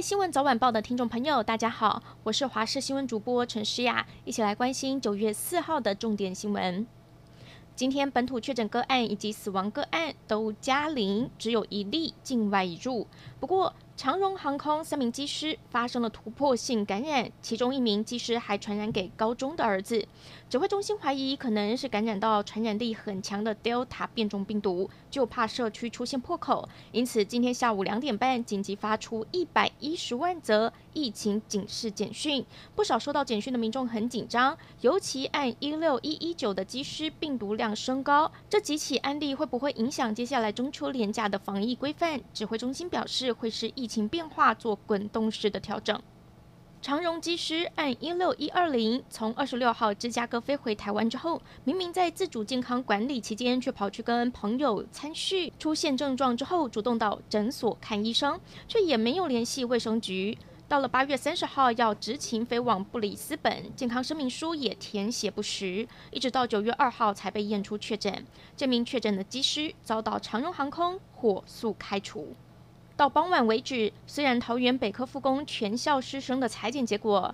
新闻早晚报的听众朋友，大家好，我是华视新闻主播陈诗雅，一起来关心9月4号的重点新闻。今天本土确诊个案以及死亡个案都加零，只有1例境外移入。不过，长荣航空3名机师发生了突破性感染，其中1名机师还传染给高中的儿子。指挥中心怀疑可能是感染到传染力很强的 Delta 变种病毒，就怕社区出现破口，因此今天下午2点半紧急发出110万则疫情警示简讯。不少收到简讯的民众很紧张，尤其按16、119的机师病毒量升高，这几起案例会不会影响接下来中秋连假的防疫规范？指挥中心表示会是疫情变化做滚动式的调整。长荣机师按16120从26号芝加哥飞回台湾之后，明明在自主健康管理期间，却跑去跟朋友参叙，出现症状之后主动到诊所看医生，却也没有联系卫生局。到了8月30号要执勤飞往布里斯本，健康声明书也填写不实，一直到9月2号才被验出确诊。这名确诊的机师遭到长荣航空火速开除。到傍晚为止，虽然桃园北科复工全校师生的采检结果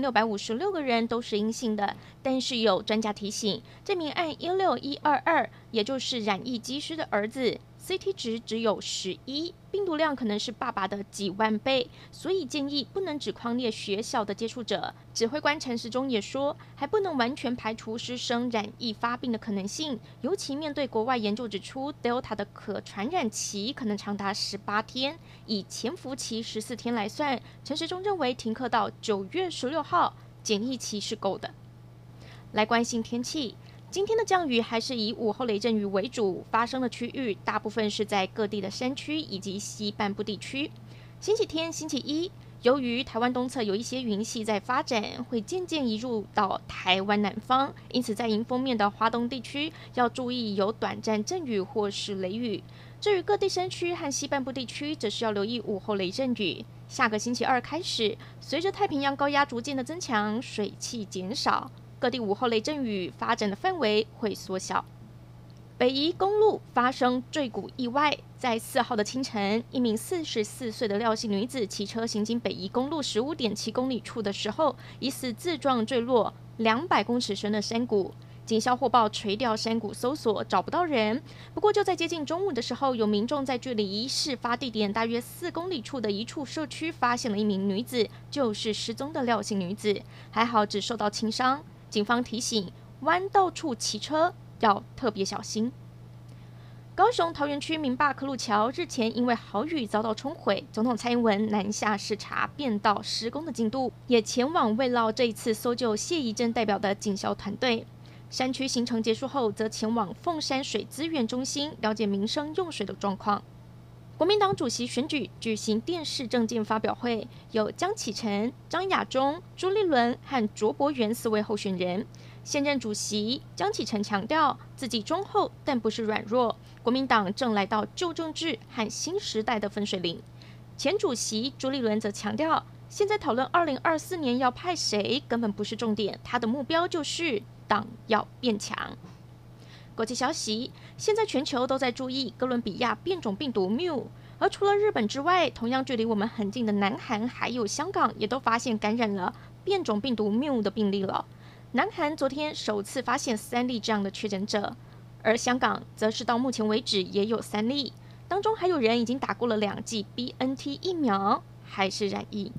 2656个人都是阴性的，但是有专家提醒，这名按16122，也就是染疫机师的儿子，CT 值只有11，病毒量可能是爸爸的几万倍，所以建议不能只匡列学校的接触者。指挥官陈时中也说，还不能完全排除师生染疫发病的可能性，尤其面对国外研究指出 Delta 的可传染期可能长达18天，以潜伏期14天来算，陈时中认为停课到9月16号检疫期是够的。来关心天气。今天的降雨还是以午后雷阵雨为主，发生的区域大部分是在各地的山区以及西半部地区。星期天、星期一，由于台湾东侧有一些云系在发展，会渐渐移入到台湾南方，因此在迎风面的花东地区要注意有短暂阵雨或是雷雨。至于各地山区和西半部地区，则是要留意午后雷阵雨。下个星期二开始，随着太平洋高压逐渐的增强，水汽减少，各地午后雷阵雨发展的范围会缩小。北宜公路发生坠谷意外，在4号的清晨，一名44岁的廖姓女子骑车行经北宜公路15.7公里处的时候，疑似自撞坠落200公尺深的山谷。警消获报垂钓山谷搜索，找不到人。不过就在接近中午的时候，有民众在距离事发地点大约4公里处的一处社区发现了一名女子，就是失踪的廖姓女子，还好只受到轻伤。警方提醒，弯道处骑车要特别小心。高雄桃园区民霸科路桥日前因为豪雨遭到冲毁，总统蔡英文南下视察变道施工的进度，也前往慰劳这一次搜救谢宜珍代表的警消团队。山区行程结束后，则前往凤山水资源中心了解民生用水的状况。国民党主席选举举行电视政见发表会，有江启臣、张亚中、朱立伦和卓博源4位候选人。现任主席江启臣强调自己忠厚，但不是软弱。国民党正来到旧政治和新时代的分水岭。前主席朱立伦则强调，现在讨论2024年要派谁根本不是重点，他的目标就是党要变强。国际消息，现在全球都在注意哥伦比亚变种病毒 Mu， 而除了日本之外，同样距离我们很近的南韩还有香港也都发现感染了变种病毒 Mu 的病例了。南韩昨天首次发现3例这样的确诊者，而香港则是到目前为止也有3例，当中还有人已经打过了2剂 BNT 疫苗，还是染疫。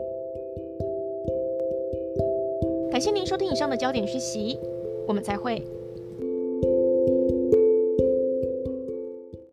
感谢您收听以上的焦点讯息，我们再会。